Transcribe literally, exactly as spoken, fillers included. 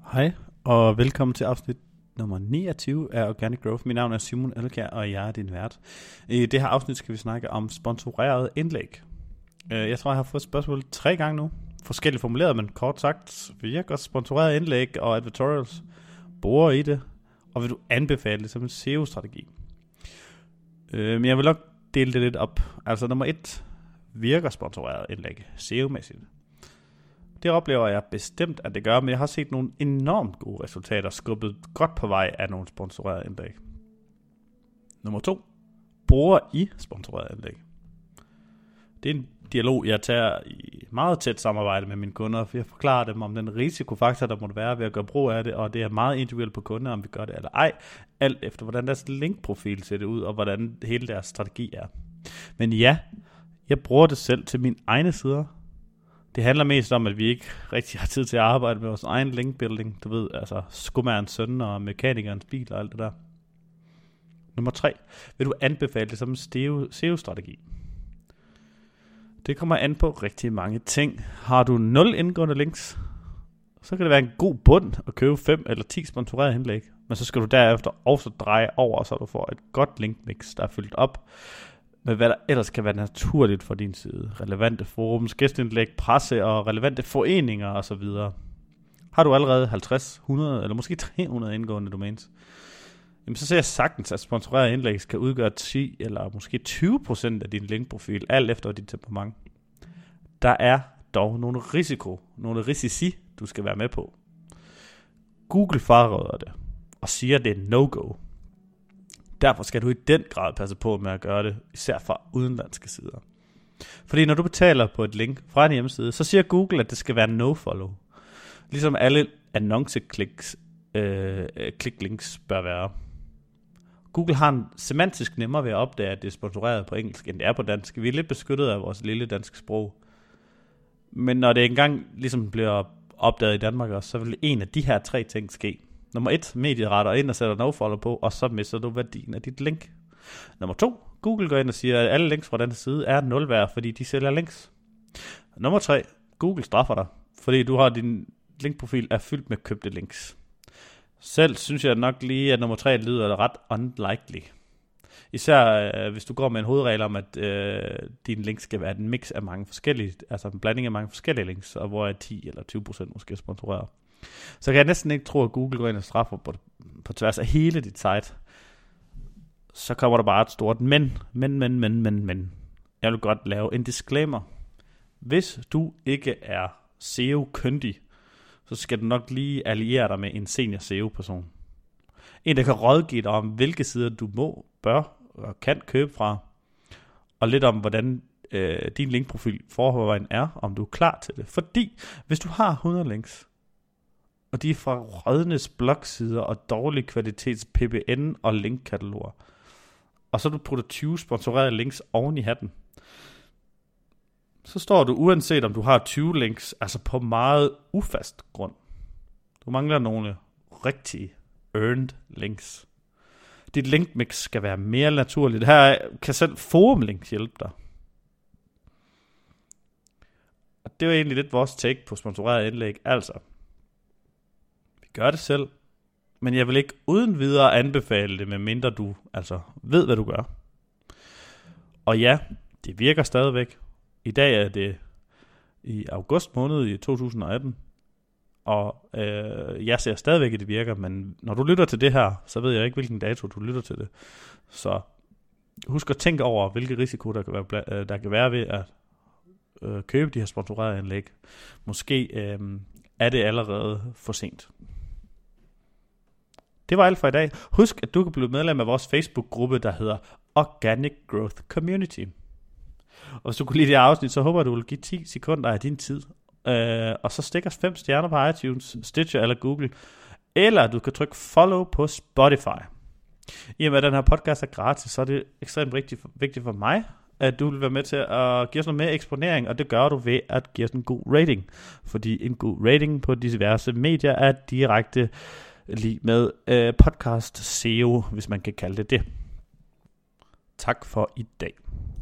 Hej, og velkommen til afsnit nummer niogtyve af Organic Growth. Mit navn er Simon Elkjær, og jeg er din vært. I det her afsnit skal vi snakke om sponsorerede indlæg. Jeg tror, jeg har fået spørgsmål tre gange nu. Forskelligt formuleret, men kort sagt, virker sponsorerede indlæg og advertorials. Bruger I det, og vil du anbefale det som en S E O-strategi? Men jeg vil nok dele det lidt op. Altså nummer et, virker sponsorerede indlæg S E O-mæssigt? Det oplever jeg bestemt, at det gør, men jeg har set nogle enormt gode resultater, skubbet godt på vej af nogle sponsorerede indlæg. Nummer to, bruger I sponsorerede indlæg? Det er en dialog, jeg tager i meget tæt samarbejde med mine kunder, for jeg forklarer dem om den risikofaktor, der måtte være ved at gøre brug af det, og det er meget individuelt på kunder, om vi gør det eller ej, alt efter hvordan deres linkprofil ser det ud, og hvordan hele deres strategi er. Men ja, jeg bruger det selv til mine egne sider. Det handler mest om, at vi ikke rigtig har tid til at arbejde med vores egen linkbuilding. Du ved, altså skumærens søn og mekanikernes bil og alt det der. Nummer tre. Vil du anbefale det som en S E O-strategi? Det kommer an på rigtig mange ting. Har du nul indgående links, så kan det være en god bund at købe fem eller ti sponsorerede indlæg. Men så skal du derefter også dreje over, så du får et godt linkmix, der er fyldt op med hvad der ellers kan være naturligt for din side. Relevante forums, gæstindlæg, presse og relevante foreninger osv. Har du allerede halvtreds, hundrede eller måske tre hundrede indgående domains, jamen så ser jeg sagtens, at sponsorerede indlæg skal udgøre ti eller måske tyve procent af din linkprofil, alt efter dit temperament. Der er dog nogle risiko, nogle risici, du skal være med på. Google fraråder det og siger, at det er no-go. Derfor skal du i den grad passe på med at gøre det, især fra udenlandske sider. Fordi når du betaler på et link fra en hjemmeside, så siger Google, at det skal være no-follow. Ligesom alle annonce-kliks, øh, kliklinks bør være. Google har en semantisk nemmere ved at opdage, at det er sponsoreret på engelsk, end det er på dansk. Vi er lidt beskyttet af vores lille danske sprog. Men når det engang ligesom bliver opdaget i Danmark også, så vil en af de her tre ting ske. Nummer et, mediet retter ind og sætter nofollow på, og så mister du værdien af dit link. Nummer to, Google går ind og siger, at alle links fra den side er nul værd, fordi de sælger links. Nummer tre, Google straffer dig, fordi du har din linkprofil er fyldt med købte links. Selv synes jeg nok lige, at nummer tre lyder ret unlikely. Især øh, hvis du går med en hovedregel om, at øh, dine links skal være en mix af mange forskellige, altså en blanding af mange forskellige links, og hvor er ti eller tyve procent måske sponsoreret. Så kan jeg næsten ikke tro, at Google går ind og straffer på, på tværs af hele dit site. Så kommer der bare et stort men, men, men, men, men, men. Jeg vil godt lave en disclaimer. Hvis du ikke er S E O-kyndig, så skal du nok lige alliere dig med en senior S E O-person. En, der kan rådgive dig om, hvilke sider du må, bør og kan købe fra. Og lidt om, hvordan øh, din linkprofil forvejen er, om du er klar til det. Fordi hvis du har hundrede links, og de er fra rådnes blogsider og dårlig kvalitets P B N og linkkataloger, og så du putter tyve sponsorerede links oven i hatten, så står du uanset om du har tyve links, altså på meget ufast grund. Du mangler nogle rigtige earned links. Dit linkmix skal være mere naturligt. Her kan selv forumlinks hjælpe dig. Og det var egentlig lidt vores take på sponsorerede indlæg. Altså, vi gør det selv, men jeg vil ikke uden videre anbefale det, medmindre du altså ved, hvad du gør. Og ja, det virker stadigvæk. I dag er det i august måned i to tusind og atten, og øh, jeg ser stadigvæk, at det virker, men når du lytter til det her, så ved jeg ikke, hvilken dato du lytter til det. Så husk at tænke over, hvilke risiko der kan være, der kan være ved at øh, købe de her sponsorerede indlæg. Måske øh, er det allerede for sent. Det var alt for i dag. Husk, at du kan blive medlem af vores Facebook-gruppe, der hedder Organic Growth Community. Og hvis du kunne lide det afsnit, så håber jeg, du vil give ti sekunder af din tid. Uh, og så stik os fem stjerner på iTunes, Stitcher eller Google. Eller du kan trykke follow på Spotify. I og med at den her podcast er gratis, så er det ekstremt vigtigt for, vigtigt for mig, at du vil være med til at give os noget mere eksponering. Og det gør du ved at give os en god rating. Fordi en god rating på diverse medier er direkte lige med uh, podcast S E O, hvis man kan kalde det det. Tak for i dag.